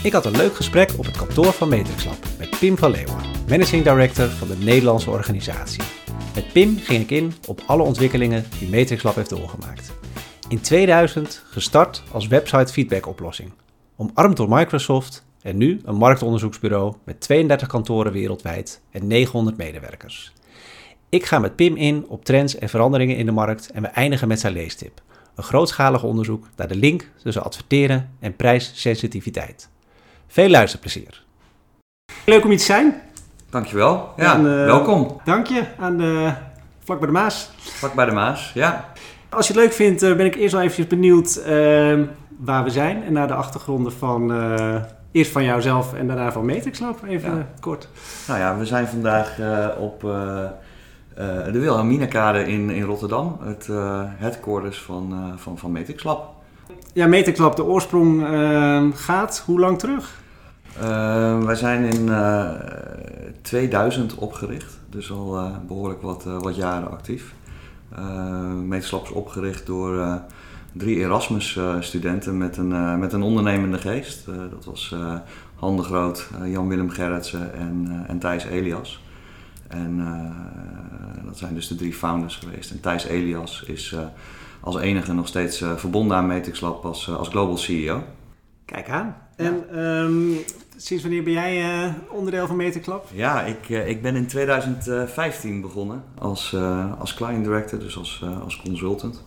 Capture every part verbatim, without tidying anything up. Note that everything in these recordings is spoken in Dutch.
Ik had een leuk gesprek op het kantoor van Matrix Lab met Pim van Leeuwen, Managing Director van de Nederlandse organisatie. Met Pim ging ik in op alle ontwikkelingen die Matrix Lab heeft doorgemaakt. In tweeduizend gestart als website feedback oplossing, omarmd door Microsoft en nu een marktonderzoeksbureau met tweeëndertig kantoren wereldwijd en negenhonderd medewerkers. Ik ga met Pim in op trends en veranderingen in de markt en we eindigen met zijn leestip. Een grootschalig onderzoek naar de link tussen adverteren en prijssensitiviteit. Veel luisterplezier. Leuk om hier te zijn. Dankjewel. Ja, en, uh, welkom. Dank je. Aan de, vlak bij de Maas. Vlak bij de Maas, ja. Als je het leuk vindt, uh, ben ik eerst wel eventjes benieuwd uh, waar we zijn. En naar de achtergronden van, uh, eerst van jouzelf en daarna van Matrix Lab. Even ja. kort. Nou ja, we zijn vandaag uh, op uh, uh, de Wilhelminakade in, in Rotterdam. Het uh, headquarters van, uh, van, van Matrix Lab. Ja, Matrix Lab, de oorsprong uh, gaat hoe lang terug? Uh, wij zijn in uh, tweeduizend opgericht, dus al uh, behoorlijk wat, uh, wat jaren actief. Uh, Matrix Lab is opgericht door uh, drie Erasmus-studenten met een, uh, met een ondernemende geest. Uh, dat was uh, Han de Groot, uh, Jan-Willem Gerritsen en, uh, en Thijs Elias. En uh, dat zijn dus de drie founders geweest. En Thijs Elias is uh, als enige nog steeds uh, verbonden aan Matrix Lab als, uh, als Global C E O. Kijk aan. En um, sinds wanneer ben jij uh, onderdeel van Matrix Lab? Ja, ik, uh, ik ben in tweeduizend vijftien begonnen als, uh, als client director, dus als, uh, als consultant.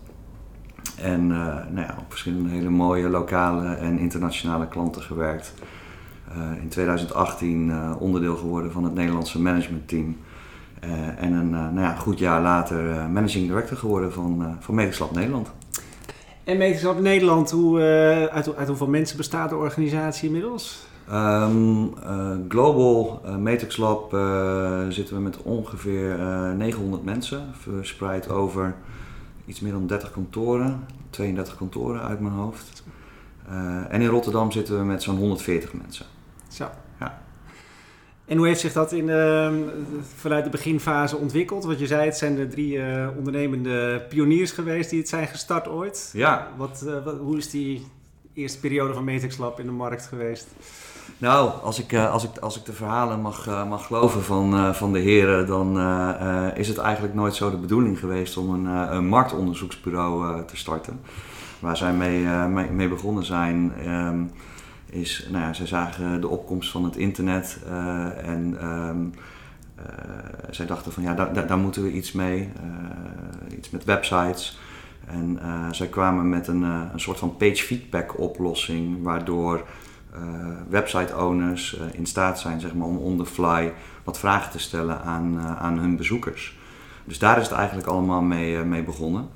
En uh, nou ja, op verschillende hele mooie lokale en internationale klanten gewerkt. Uh, in tweeduizend achttien uh, onderdeel geworden van het Nederlandse managementteam. Uh, en een uh, nou ja, goed jaar later uh, managing director geworden van, uh, van Matrix Lab Nederland. En Matrix Lab Nederland, hoe, uh, uit, uit hoeveel mensen bestaat de organisatie inmiddels? Um, uh, global uh, Matrix Lab uh, zitten we met ongeveer uh, negenhonderd mensen, verspreid over iets meer dan dertig kantoren, tweeëndertig kantoren uit mijn hoofd. Uh, en in Rotterdam zitten we met zo'n honderdveertig mensen. Zo. Ja. En hoe heeft zich dat in, uh, vanuit de beginfase ontwikkeld? Want je zei, het zijn de drie uh, ondernemende pioniers geweest die het zijn gestart ooit. Ja. Wat, uh, wat, hoe is die eerste periode van Matrix Lab in de markt geweest? Nou, als ik, uh, als ik, als ik de verhalen mag, uh, mag geloven van, uh, van de heren, dan uh, uh, is het eigenlijk nooit zo de bedoeling geweest om een, uh, een marktonderzoeksbureau uh, te starten. Waar zij mee, uh, mee, mee begonnen zijn, um, is, nou ja, zij zagen de opkomst van het internet uh, en um, uh, zij dachten van ja, daar, daar, daar moeten we iets mee, uh, iets met websites. En uh, zij kwamen met een, uh, een soort van page feedback oplossing, waardoor uh, website owners uh, in staat zijn, zeg maar, om on the fly wat vragen te stellen aan, uh, aan hun bezoekers. Dus daar is het eigenlijk allemaal mee, uh, mee begonnen.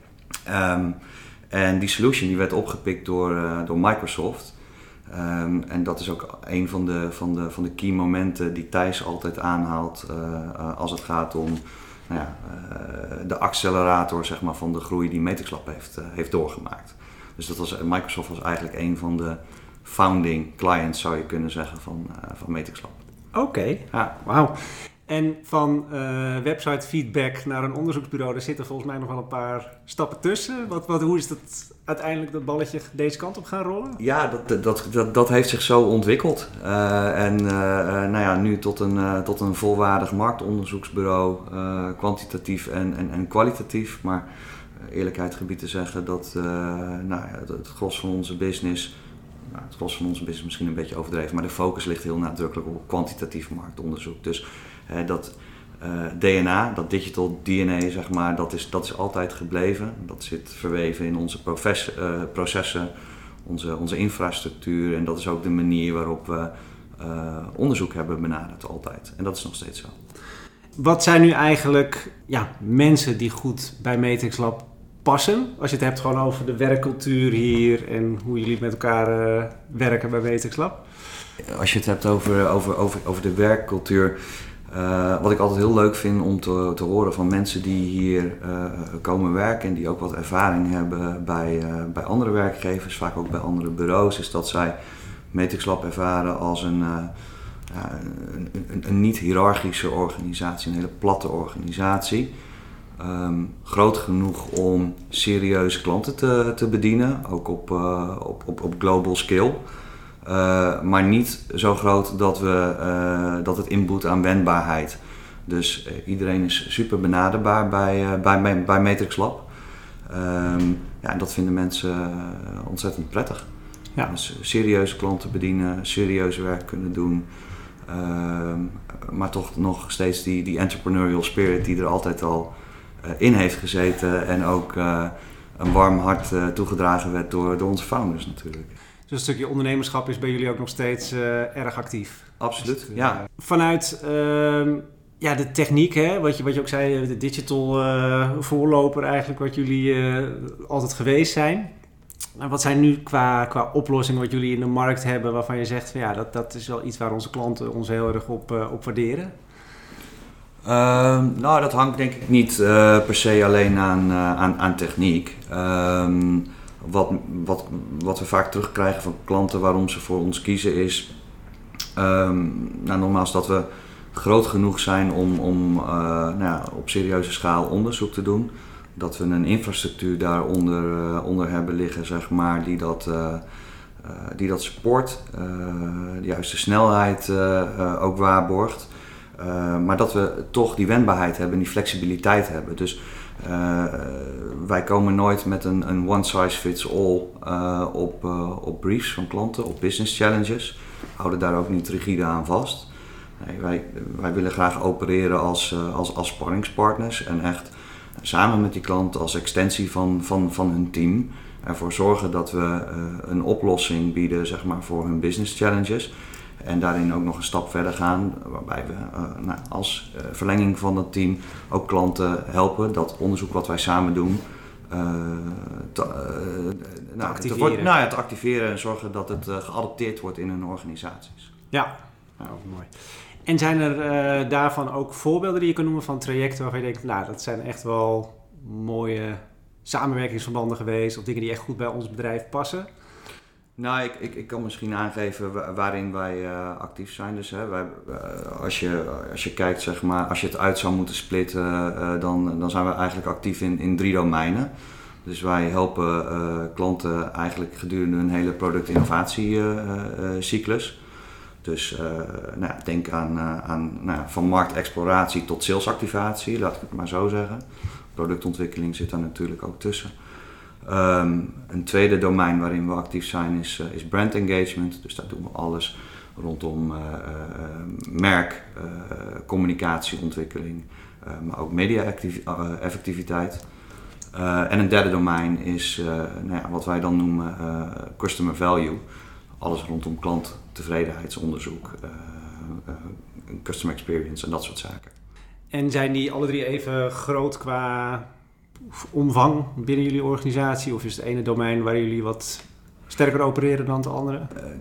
Um, en die solution die werd opgepikt door, uh, door Microsoft. Um, en dat is ook een van de, van, de, van de key momenten die Thijs altijd aanhaalt uh, uh, als het gaat om nou ja, uh, de accelerator, zeg maar, van de groei die Matrix Lab heeft, uh, heeft doorgemaakt. Dus dat was, Microsoft was eigenlijk een van de founding clients, zou je kunnen zeggen, van, uh, van Matrix Lab. Oké, okay. Ja, wauw. En van uh, website feedback naar een onderzoeksbureau, daar zitten volgens mij nog wel een paar stappen tussen. Wat, wat, hoe is dat uiteindelijk dat balletje deze kant op gaan rollen? Ja, dat, dat, dat, dat heeft zich zo ontwikkeld. Uh, en uh, nou ja, nu tot een, uh, tot een volwaardig marktonderzoeksbureau, uh, kwantitatief en, en, en kwalitatief. Maar uh, eerlijkheid gebied te zeggen dat uh, nou ja, het, het gros van onze business, nou, het gros van onze business misschien een beetje overdreven, maar de focus ligt heel nadrukkelijk op kwantitatief marktonderzoek. Dus uh, dat uh, D N A, dat digital D N A, zeg maar, dat is, dat is altijd gebleven. Dat zit verweven in onze profes, uh, processen, onze, onze infrastructuur, en dat is ook de manier waarop we uh, onderzoek hebben benaderd altijd. En dat is nog steeds zo. Wat zijn nu eigenlijk ja, mensen die goed bij Matrix Lab passen? Als je het hebt gewoon over de werkcultuur hier en hoe jullie met elkaar uh, werken bij Matrix Lab. Als je het hebt over, over, over, over de werkcultuur, uh, wat ik altijd heel leuk vind om te, te horen van mensen die hier uh, komen werken en die ook wat ervaring hebben bij, uh, bij andere werkgevers, vaak ook bij andere bureaus, is dat zij Matrix Lab ervaren als een, uh, ja, een, een, een niet-hiërarchische organisatie, een hele platte organisatie. Um, groot genoeg om serieuze klanten te, te bedienen, ook op, uh, op, op, op global scale. Uh, maar niet zo groot dat, we, uh, dat het inboet aan wendbaarheid. Dus uh, iedereen is super benaderbaar bij, uh, bij, bij Matrix Lab. Um, ja, en dat vinden mensen uh, ontzettend prettig. Ja. Dus serieuze klanten bedienen, serieus werk kunnen doen. Uh, maar toch nog steeds die, die entrepreneurial spirit die er altijd al uh, in heeft gezeten. En ook uh, een warm hart uh, toegedragen werd door, door onze founders natuurlijk. Dus een stukje ondernemerschap is bij jullie ook nog steeds uh, erg actief. Absoluut, het, uh, ja. Vanuit uh, ja, de techniek, hè, wat, je, wat je ook zei, de digital uh, voorloper eigenlijk, wat jullie uh, altijd geweest zijn. Maar wat zijn nu qua, qua oplossingen wat jullie in de markt hebben, waarvan je zegt, van, ja, dat, dat is wel iets waar onze klanten ons heel erg op, uh, op waarderen? Uh, nou, dat hangt denk ik niet uh, per se alleen aan, uh, aan, aan techniek. Uh, Wat, wat, wat we vaak terugkrijgen van klanten waarom ze voor ons kiezen is, um, nou, nogmaals dat we groot genoeg zijn om, om uh, nou ja, op serieuze schaal onderzoek te doen. Dat we een infrastructuur daaronder uh, onder hebben liggen, zeg maar, die dat, uh, uh, die dat support, uh, de juiste snelheid uh, uh, ook waarborgt. Uh, maar dat we toch die wendbaarheid hebben, die flexibiliteit hebben. Dus Uh, wij komen nooit met een, een one size fits all uh, op, uh, op briefs van klanten, op business challenges. We houden daar ook niet rigide aan vast. Nee, wij, wij willen graag opereren als, uh, als, als sparringspartners en echt samen met die klant als extensie van, van, van hun team ervoor zorgen dat we uh, een oplossing bieden, zeg maar, voor hun business challenges. En daarin ook nog een stap verder gaan, waarbij we uh, nou, als uh, verlenging van het team ook klanten helpen dat onderzoek wat wij samen doen uh, te, uh, te, nou, activeren. Te, wordt, nou ja, te activeren en zorgen dat het uh, geadopteerd wordt in hun organisaties. Ja, nou, mooi. En zijn er uh, daarvan ook voorbeelden die je kan noemen van trajecten waarvan je denkt, nou, dat zijn echt wel mooie samenwerkingsverbanden geweest of dingen die echt goed bij ons bedrijf passen? Nou, ik, ik, ik kan misschien aangeven waarin wij uh, actief zijn. Dus, hè, wij, uh, als, je, als je kijkt, zeg maar, als je het uit zou moeten splitten, uh, dan, dan zijn we eigenlijk actief in, in drie domeinen. Dus wij helpen uh, klanten eigenlijk gedurende hun hele productinnovatiecyclus. Uh, uh, dus uh, nou, denk aan, uh, aan nou, van marktexploratie tot salesactivatie, laat ik het maar zo zeggen. Productontwikkeling zit daar natuurlijk ook tussen. Um, een tweede domein waarin we actief zijn is, uh, is brand engagement. Dus daar doen we alles rondom uh, uh, merk, uh, communicatieontwikkeling, uh, maar ook media-effectiviteit. Uh, en een derde domein is uh, nou ja, wat wij dan noemen uh, customer value. Alles rondom klanttevredenheidsonderzoek, uh, uh, customer experience en dat soort zaken. En zijn die alle drie even groot qua omvang binnen jullie organisatie? Of is het ene domein waar jullie wat sterker opereren dan het andere?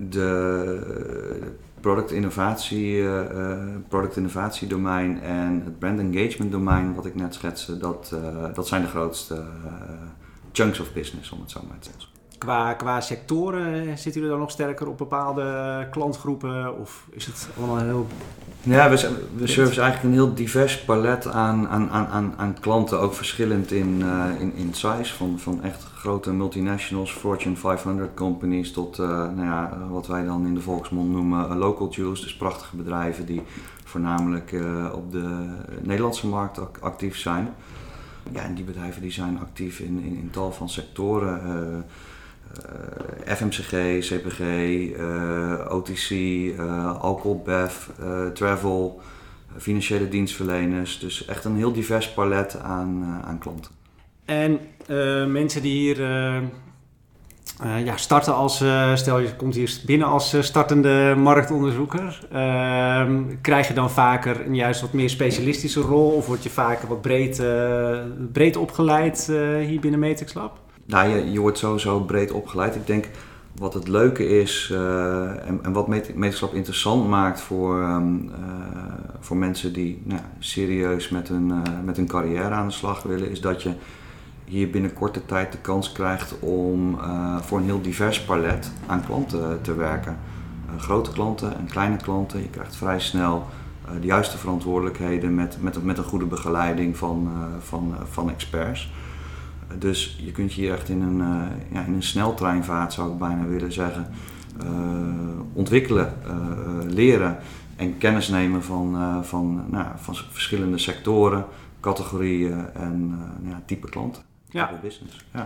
De product-innovatie, uh, product-innovatiedomein en het brand engagement domein, wat ik net schetste, dat, uh, dat zijn de grootste uh, chunks of business, om het zo maar te zeggen. Qua, qua sectoren zitten jullie dan nog sterker op bepaalde klantgroepen of is het allemaal heel... Ja, we, we servicen eigenlijk een heel divers palet aan, aan, aan, aan klanten, ook verschillend in, uh, in, in size, van, van echt grote multinationals, Fortune vijfhonderd companies, tot uh, nou ja, wat wij dan in de volksmond noemen local jewels, dus prachtige bedrijven die voornamelijk uh, op de Nederlandse markt actief zijn. Ja, en die bedrijven die zijn actief in, in, in tal van sectoren. Uh, Uh, F M C G, C P G, uh, O T C, uh, alcohol, B E V, uh, travel, uh, financiële dienstverleners. Dus echt een heel divers palet aan, uh, aan klanten. En uh, mensen die hier uh, uh, ja, starten als, uh, stel je komt hier binnen als uh, startende marktonderzoeker. Uh, krijg je dan vaker een juist wat meer specialistische rol of word je vaker wat breed, uh, breed opgeleid uh, hier binnen Matrix Lab? Nou, je, je wordt sowieso breed opgeleid. Ik denk wat het leuke is uh, en, en wat Matrix Lab interessant maakt voor, um, uh, voor mensen die nou, serieus met hun, uh, met hun carrière aan de slag willen, is dat je hier binnen korte tijd de kans krijgt om uh, voor een heel divers palet aan klanten te werken. Uh, grote klanten en kleine klanten. Je krijgt vrij snel uh, de juiste verantwoordelijkheden met, met, met een goede begeleiding van, uh, van, uh, van experts. Dus je kunt je hier echt in een, uh, ja, in een sneltreinvaart, zou ik bijna willen zeggen, uh, ontwikkelen, uh, leren en kennis nemen van, uh, van, nou, van verschillende sectoren, categorieën en uh, ja, type klanten. Ja. Type business. Ja.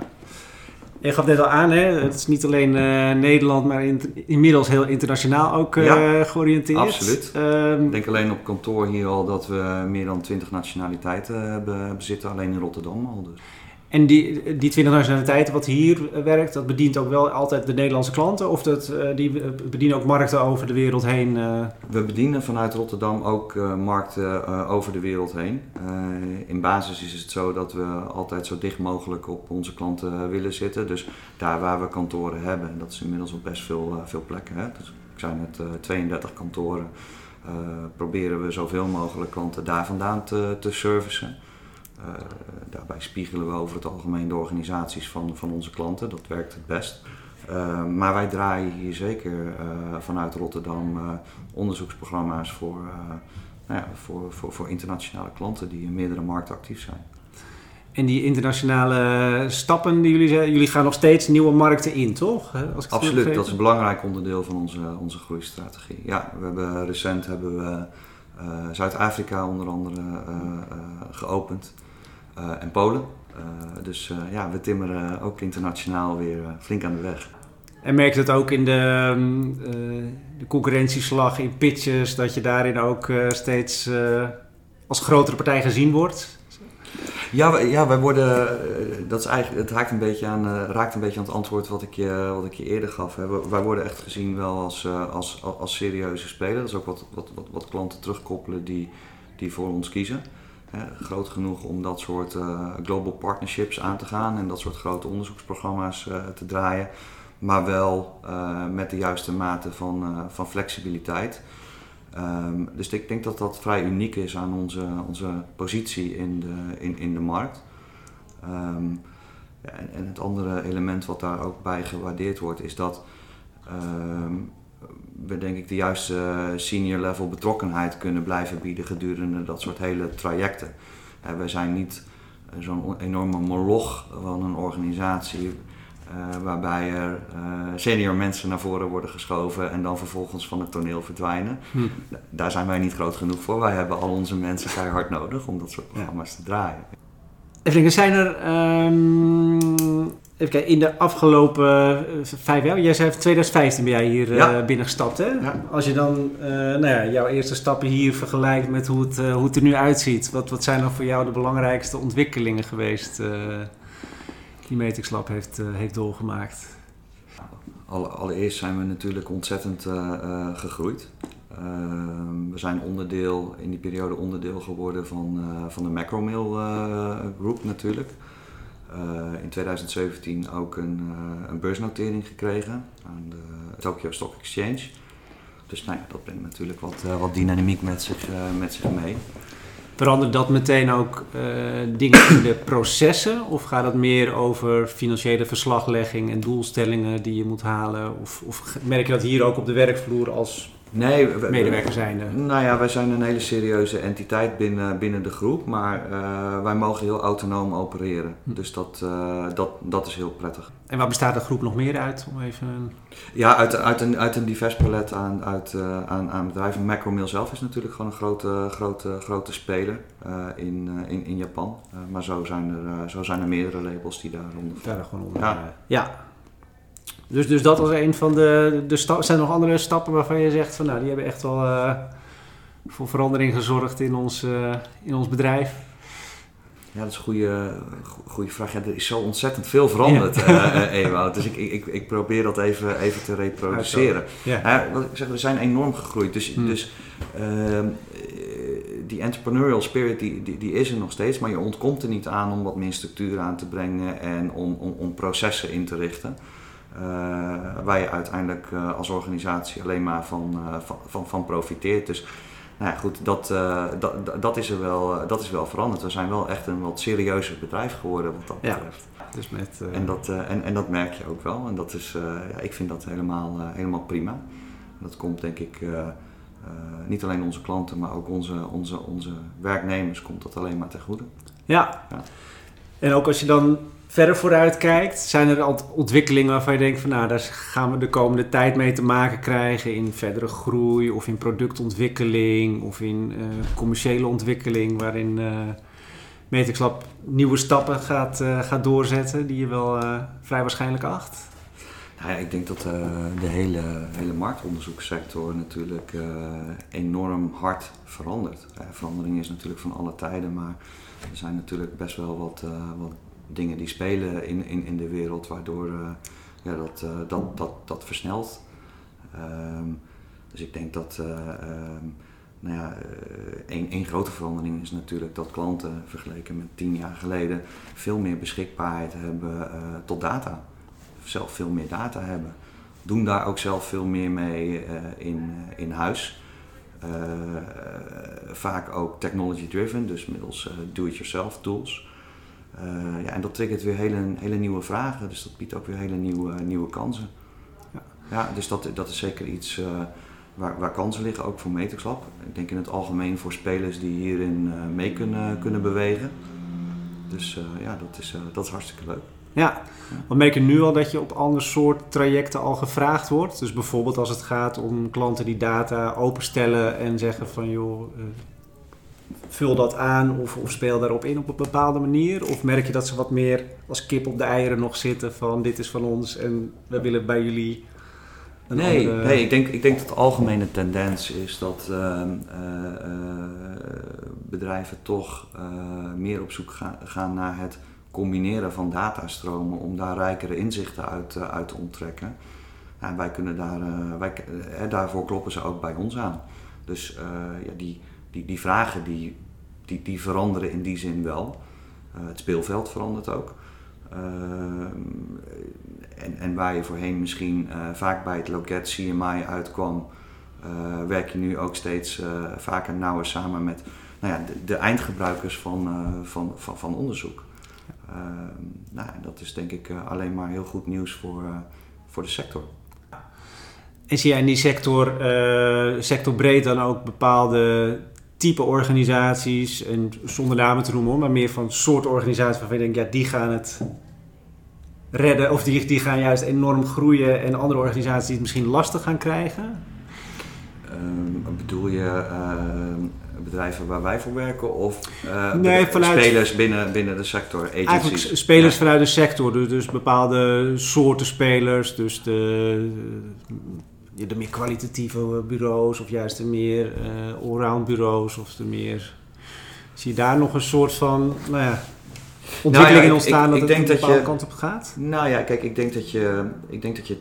Je gaf net al aan, hè? Het is niet alleen uh, Nederland, maar in, inmiddels heel internationaal ook uh, ja, georiënteerd. Absoluut. Um, Ik denk alleen op kantoor hier al dat we meer dan twintig nationaliteiten hebben, bezitten, alleen in Rotterdam al. Dus. En die, die twintig nationaliteiten wat hier werkt, dat bedient ook wel altijd de Nederlandse klanten? Of dat, uh, die bedienen ook markten over de wereld heen? Uh... We bedienen vanuit Rotterdam ook uh, markten uh, over de wereld heen. Uh, in basis is het zo dat we altijd zo dicht mogelijk op onze klanten uh, willen zitten. Dus daar waar we kantoren hebben, en dat is inmiddels op best veel, uh, veel plekken. Hè? Dus ik zei net uh, tweeëndertig kantoren. Uh, proberen we zoveel mogelijk klanten daar vandaan te, te servicen. Uh, daarbij spiegelen we over het algemeen de organisaties van, van onze klanten, dat werkt het best. Uh, maar wij draaien hier zeker uh, vanuit Rotterdam uh, onderzoeksprogramma's voor, uh, nou ja, voor, voor, voor internationale klanten die in meerdere markten actief zijn. En die internationale stappen die jullie zeggen, jullie gaan nog steeds nieuwe markten in, toch? Als ik het Absoluut, dat is een belangrijk onderdeel van onze, onze groeistrategie. Ja, we hebben recent hebben we uh, Zuid-Afrika onder andere uh, uh, geopend. Uh, en Polen. Uh, dus uh, ja, we timmeren ook internationaal weer uh, flink aan de weg. En merk je dat ook in de, uh, de concurrentieslag, in pitches, dat je daarin ook uh, steeds uh, als grotere partij gezien wordt? Ja, wij, ja, wij worden, uh, dat is eigenlijk, het raakt een beetje aan, uh, raakt een beetje aan het antwoord wat ik je, wat ik je eerder gaf. Hè. Wij worden echt gezien wel als, uh, als, als, als serieuze speler. Dat is ook wat, wat, wat, wat klanten terugkoppelen die, die voor ons kiezen. He, groot genoeg om dat soort uh, global partnerships aan te gaan en dat soort grote onderzoeksprogramma's uh, te draaien. Maar wel uh, met de juiste mate van, uh, van flexibiliteit. Um, dus ik denk dat dat vrij uniek is aan onze, onze positie in de, in, in de markt. Um, ja, en, en het andere element wat daar ook bij gewaardeerd wordt is dat um, we denk ik de juiste senior level betrokkenheid kunnen blijven bieden gedurende dat soort hele trajecten. Uh, we zijn niet uh, zo'n enorme moloch van een organisatie uh, waarbij er uh, senior mensen naar voren worden geschoven en dan vervolgens van het toneel verdwijnen. Hm. Daar zijn wij niet groot genoeg voor. Wij hebben al onze mensen keihard nodig om dat soort programma's ja. te draaien. Even zijn er um, even kijken, in de afgelopen vijf jaar, jij zei twintig vijftien ben jij hier ja. uh, binnengestapt, hè? Ja. Als je dan uh, nou ja, jouw eerste stappen hier vergelijkt met hoe het, uh, hoe het er nu uitziet, wat, wat zijn dan voor jou de belangrijkste ontwikkelingen geweest uh, die Matrix Lab heeft, uh, heeft doorgemaakt? Allereerst zijn we natuurlijk ontzettend uh, uh, gegroeid. Uh, we zijn onderdeel, in die periode onderdeel geworden van, uh, van de Macromill uh, Group natuurlijk. Uh, in twintig zeventien ook een, uh, een beursnotering gekregen aan de Tokyo Stock Exchange. Dus nou ja, dat brengt natuurlijk wat, uh, wat dynamiek met zich, uh, met zich mee. Verandert dat meteen ook uh, dingen in de processen? Of gaat het meer over financiële verslaglegging en doelstellingen die je moet halen? Of, of merk je dat hier ook op de werkvloer als nee, we, medewerker zijnde? Nou ja, wij zijn een hele serieuze entiteit binnen, binnen de groep, maar uh, wij mogen heel autonoom opereren. Hm. Dus dat, uh, dat, dat is heel prettig. En waar bestaat de groep nog meer uit? Om even... Ja, uit, uit, een, uit een divers palet aan, uit, uh, aan, aan bedrijven. Macromill zelf is natuurlijk gewoon een grote, grote, grote speler uh, in, uh, in, in Japan. Uh, maar zo zijn, er, uh, zo zijn er meerdere labels die daaronder vallen. Daar gewoon onder. Ja. ja. Dus, dus dat was een van de, de stappen. Zijn er nog andere stappen waarvan je zegt van nou, die hebben echt wel uh, voor verandering gezorgd in ons, uh, in ons bedrijf? Ja, dat is een goede, goede vraag. Ja, er is zo ontzettend veel veranderd, ja. uh, Ewout. Dus ik, ik, ik probeer dat even, even te reproduceren. Ja. Uh, wat ik zeg, we zijn enorm gegroeid. Dus, hmm. dus uh, die entrepreneurial spirit die, die, die is er nog steeds. Maar je ontkomt er niet aan om wat meer structuur aan te brengen en om, om, om processen in te richten. Uh, waar je uiteindelijk uh, als organisatie alleen maar van, uh, van, van, van profiteert. Dus nou ja, goed, dat, uh, dat, dat, is er wel, uh, dat is wel veranderd. We zijn wel echt een wat serieuzer bedrijf geworden wat dat betreft. Ja, dus met, uh... en, dat, uh, en, en dat merk je ook wel. En dat is, uh, ja, ik vind dat helemaal, uh, helemaal prima. Dat komt denk ik uh, uh, niet alleen onze klanten, maar ook onze, onze, onze werknemers komt dat alleen maar ten goede. Ja. ja. En ook als je dan verder vooruit kijkt, zijn er al ontwikkelingen waarvan je denkt van nou, daar gaan we de komende tijd mee te maken krijgen in verdere groei of in productontwikkeling of in uh, commerciële ontwikkeling waarin uh, Matrix Lab nieuwe stappen gaat, uh, gaat doorzetten die je wel uh, vrij waarschijnlijk acht? Nou ja, ik denk dat uh, de hele, hele marktonderzoekssector natuurlijk uh, enorm hard verandert. Uh, verandering is natuurlijk van alle tijden, maar er zijn natuurlijk best wel wat, uh, wat dingen die spelen in, in, in de wereld waardoor uh, ja, dat, uh, dat, dat, dat versnelt. Um, dus ik denk dat uh, um, nou ja, één, één grote verandering is natuurlijk dat klanten vergeleken met tien jaar geleden veel meer beschikbaarheid hebben uh, tot data. Zelf veel meer data hebben. Doen daar ook zelf veel meer mee uh, in, uh, in huis. Uh, vaak ook technology driven, dus middels uh, do-it-yourself tools. Uh, ja, en dat triggert weer hele, hele nieuwe vragen, dus dat biedt ook weer hele nieuwe, nieuwe kansen. Ja, ja dus dat, dat is zeker iets uh, waar, waar kansen liggen, ook voor Matrix Lab. Ik denk in het algemeen voor spelers die hierin uh, mee kunnen, kunnen bewegen. Dus uh, ja, dat is, uh, dat is hartstikke leuk. Ja, want merk je nu al dat je op ander soort trajecten al gevraagd wordt? Dus bijvoorbeeld als het gaat om klanten die data openstellen en zeggen van joh, uh, vul dat aan of, of speel daarop in op een bepaalde manier? Of merk je dat ze wat meer als kip op de eieren nog zitten van dit is van ons en we willen bij jullie een nee, andere... Nee, ik denk, ik denk dat de algemene tendens is dat uh, uh, uh, bedrijven toch uh, meer op zoek gaan, gaan naar het combineren van datastromen om daar rijkere inzichten uit, uh, uit te onttrekken. Ja, wij kunnen daar, uh, wij, uh, daarvoor kloppen ze ook bij ons aan. Dus uh, ja, die, die, die vragen die, die, die veranderen in die zin wel. Uh, het speelveld verandert ook. Uh, en, en waar je voorheen misschien uh, vaak bij het loket C M I uitkwam, uh, werk je nu ook steeds uh, vaker nauwer samen met nou ja, de, de eindgebruikers van, uh, van, van, van onderzoek. Uh, nou, dat is denk ik uh, alleen maar heel goed nieuws voor, uh, voor de sector. En zie jij in die sector, uh, sectorbreed dan ook bepaalde type organisaties, en zonder namen te noemen, maar meer van soort organisaties waarvan je denkt, ja, die gaan het redden of die, die gaan juist enorm groeien en andere organisaties die het misschien lastig gaan krijgen? Uh, bedoel je uh, bedrijven waar wij voor werken of uh, nee, vanuit, spelers binnen, binnen de sector, agencies? Eigenlijk spelers ja. vanuit de sector, dus, dus bepaalde soorten spelers, dus de, de, de meer kwalitatieve bureaus of juist de meer uh, allround bureaus of de meer... Zie je daar nog een soort van nou ja, ontwikkeling nou ja, in ontstaan ik, ik, dat ik het een bepaalde je, kant op gaat? Nou ja, kijk, ik denk dat je... Ik denk dat je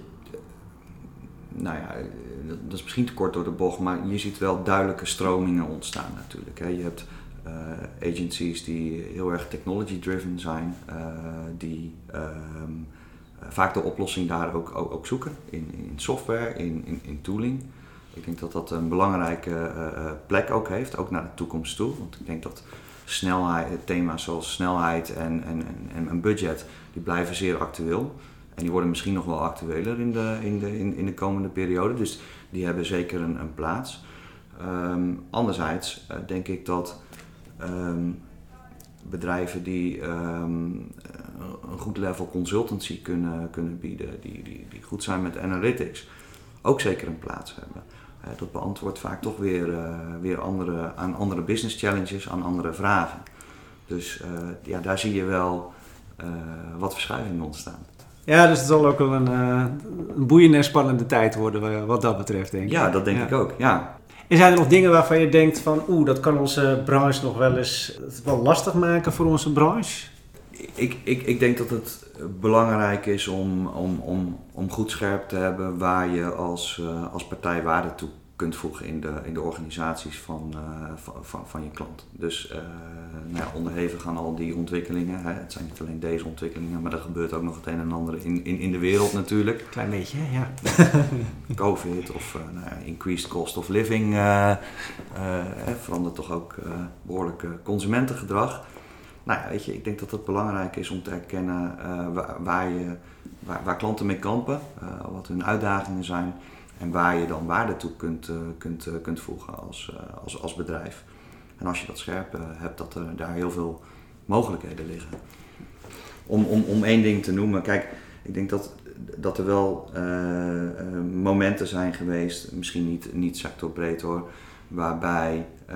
nou ja, dat is misschien te kort door de bocht, maar je ziet wel duidelijke stromingen ontstaan natuurlijk. Hè. Je hebt uh, agencies die heel erg technology driven zijn, uh, die uh, vaak de oplossing daar ook, ook, ook zoeken in, in software, in, in, in tooling. Ik denk dat dat een belangrijke uh, plek ook heeft, ook naar de toekomst toe. Want ik denk dat snelheid, thema's zoals snelheid en, en, en, en budget, die blijven zeer actueel. En die worden misschien nog wel actueler in de, in de, in, in de komende periode. Dus die hebben zeker een, een plaats. Um, anderzijds uh, denk ik dat um, bedrijven die um, een goed level consultancy kunnen, kunnen bieden, die, die, die goed zijn met analytics, ook zeker een plaats hebben. Uh, dat beantwoordt vaak toch weer, uh, weer andere, aan andere business challenges, aan andere vragen. Dus uh, ja, daar zie je wel uh, wat verschuivingen ontstaan. Ja, dus het zal ook wel een, uh, een boeiende en spannende tijd worden wat dat betreft, denk ik. Ja, dat denk ja. ik ook, ja. En zijn er nog dingen waarvan je denkt van, oeh, dat kan onze branche nog wel eens wel lastig maken voor onze branche? Ik, ik, ik denk dat het belangrijk is om, om, om, om goed scherp te hebben waar je als, uh, als partij waarde toe kunt voegen in de, in de organisaties van, uh, van, van, van je klant. Dus uh, nou ja, onderhevig aan al die ontwikkelingen. Hè. Het zijn niet alleen deze ontwikkelingen, maar er gebeurt ook nog het een en ander in, in, in de wereld natuurlijk. Klein beetje, ja. Covid of uh, nou ja, increased cost of living uh, uh, verandert toch ook uh, behoorlijk uh, consumentengedrag. Nou ja, weet je, ik denk dat het belangrijk is om te erkennen uh, waar, waar, je, waar, waar klanten mee kampen, uh, wat hun uitdagingen zijn. En waar je dan waarde toe kunt, uh, kunt, uh, kunt voegen als, uh, als, als bedrijf. En als je dat scherp uh, hebt, dat er daar heel veel mogelijkheden liggen. om, om, om één ding te noemen. Kijk, ik denk dat, dat er wel uh, uh, momenten zijn geweest, misschien niet, niet sectorbreed hoor, waarbij uh,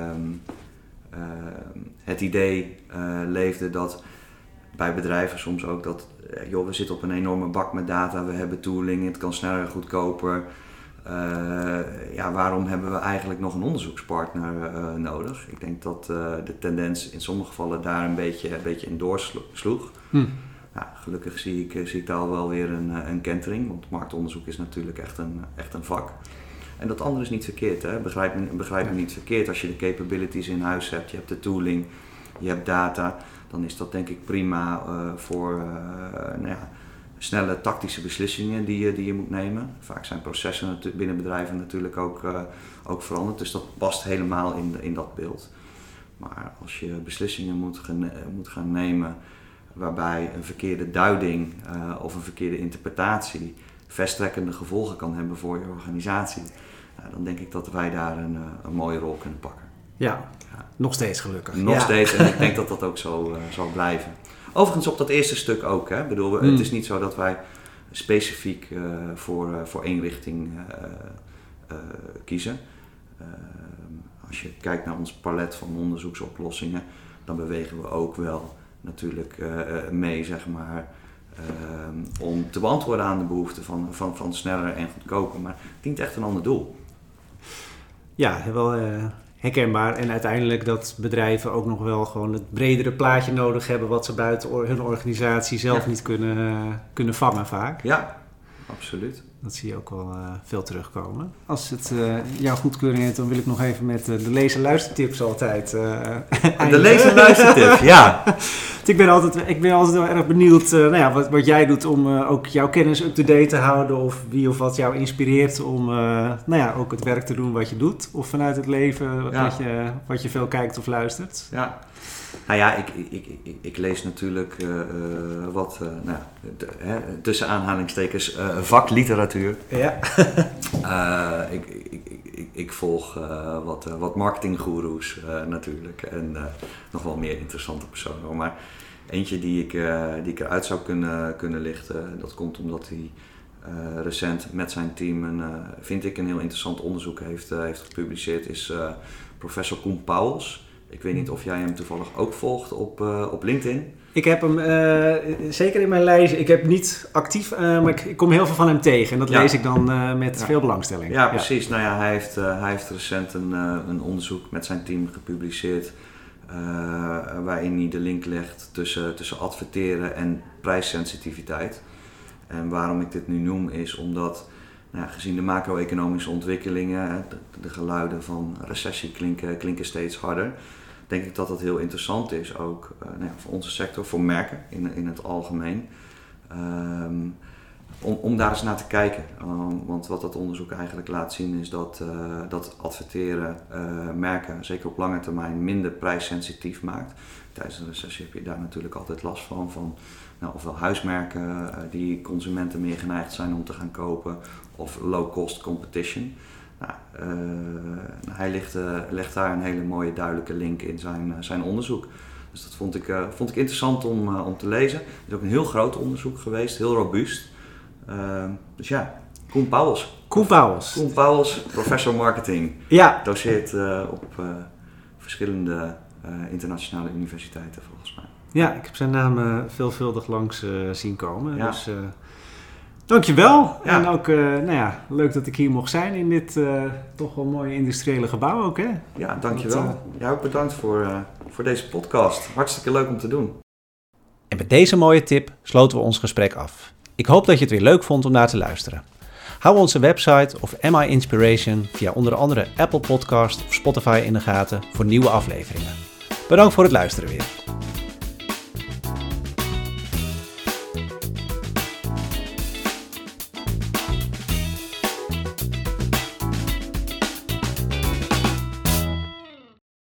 uh, het idee uh, leefde dat bij bedrijven soms ook dat, uh, joh, we zitten op een enorme bak met data, we hebben tooling, het kan sneller, goedkoper. Uh, ja, waarom hebben we eigenlijk nog een onderzoekspartner uh, nodig? Ik denk dat uh, de tendens in sommige gevallen daar een beetje, een beetje in doorsloeg. Hm. Ja, gelukkig zie ik, zie ik daar al wel weer een, een kentering, want marktonderzoek is natuurlijk echt een, echt een vak. En dat andere is niet verkeerd, hè? Begrijp me, begrijp me niet verkeerd. Als je de capabilities in huis hebt, je hebt de tooling, je hebt data, dan is dat denk ik prima uh, voor uh, nou ja, snelle tactische beslissingen die je, die je moet nemen. Vaak zijn processen natu- binnen bedrijven natuurlijk ook, uh, ook veranderd, dus dat past helemaal in, de, in dat beeld. Maar als je beslissingen moet, gene- moet gaan nemen waarbij een verkeerde duiding uh, of een verkeerde interpretatie verstrekkende gevolgen kan hebben voor je organisatie, uh, dan denk ik dat wij daar een, uh, een mooie rol kunnen pakken. Ja, ja. Nog steeds gelukkig. Nog ja. steeds en ik denk dat dat ook zo uh, zal blijven. Overigens op dat eerste stuk ook. Hè? Ik bedoel, mm. Het is niet zo dat wij specifiek uh, voor, uh, voor één richting uh, uh, kiezen. Uh, als je kijkt naar ons palet van onderzoeksoplossingen, dan bewegen we ook wel natuurlijk uh, mee, zeg maar, uh, om te beantwoorden aan de behoeften van, van, van sneller en goedkoper. Maar het dient echt een ander doel. Ja, wel uh, herkenbaar. En uiteindelijk dat bedrijven ook nog wel gewoon het bredere plaatje nodig hebben wat ze buiten or- hun organisatie zelf ja. niet kunnen, uh, kunnen vangen vaak. Ja, absoluut. Dat zie je ook wel uh, veel terugkomen. Als het uh, jouw goedkeuring heeft, dan wil ik nog even met uh, de lezen-luistertips altijd uh, De lezen-luistertips, ja. ik, ben altijd, ik ben altijd wel erg benieuwd uh, nou ja, wat, wat jij doet om uh, ook jouw kennis up-to-date te houden. Of wie of wat jou inspireert om uh, nou ja, ook het werk te doen wat je doet. Of vanuit het leven ja. wat, je, wat je veel kijkt of luistert. Ja. Nou ja, ik, ik, ik, ik lees natuurlijk uh, uh, wat, uh, nou, de, hè, tussen aanhalingstekens, uh, vakliteratuur. Ja. uh, ik, ik, ik, ik volg uh, wat, uh, wat marketinggoeroes uh, natuurlijk en uh, nog wel meer interessante personen. Maar eentje die ik, uh, die ik eruit zou kunnen, kunnen lichten, dat komt omdat hij uh, recent met zijn team een, uh, vind ik, een heel interessant onderzoek heeft, uh, heeft gepubliceerd, is uh, professor Koen Pauwels. Ik weet niet of jij hem toevallig ook volgt op, uh, op LinkedIn. Ik heb hem uh, zeker in mijn lijst. Ik heb niet actief, uh, maar ik, ik kom heel veel van hem tegen. En dat ja. lees ik dan uh, met ja. veel belangstelling. Ja, precies. Ja. Nou ja, hij heeft, uh, hij heeft recent een, uh, een onderzoek met zijn team gepubliceerd. Uh, waarin hij de link legt tussen, tussen adverteren en prijssensitiviteit. En waarom ik dit nu noem is omdat, nou ja, gezien de macro-economische ontwikkelingen, de, de geluiden van recessie klinken, klinken steeds harder, denk ik dat dat heel interessant is ook uh, nou ja, voor onze sector, voor merken in, in het algemeen. Um, om, om daar eens naar te kijken. Um, want wat dat onderzoek eigenlijk laat zien is dat, uh, dat adverteren uh, merken, zeker op lange termijn, minder prijssensitief maakt. Tijdens een recessie heb je daar natuurlijk altijd last van. van nou, ofwel huismerken uh, die consumenten meer geneigd zijn om te gaan kopen, of low-cost competition. Nou, uh, hij legt, uh, legt daar een hele mooie duidelijke link in zijn, uh, zijn onderzoek. Dus dat vond ik, uh, vond ik interessant om, uh, om te lezen. Het is ook een heel groot onderzoek geweest, heel robuust. Uh, dus ja, Koen Pauwels. Koen Pauwels. Koen Pauwels, professor marketing. Ja. Doceert uh, op uh, verschillende uh, internationale universiteiten volgens mij. Ja, ik heb zijn naam uh, veelvuldig langs uh, zien komen. Ja. Dus, uh, dankjewel. Ja. En ook uh, nou ja, leuk dat ik hier mocht zijn in dit uh, toch wel mooie industriële gebouw ook. Hè? Ja, dankjewel. Dat, uh... Ja, ook bedankt voor, uh, voor deze podcast. Hartstikke leuk om te doen. En met deze mooie tip sloten we ons gesprek af. Ik hoop dat je het weer leuk vond om naar te luisteren. Hou onze website of M I Inspiration via onder andere Apple Podcast of Spotify in de gaten voor nieuwe afleveringen. Bedankt voor het luisteren weer.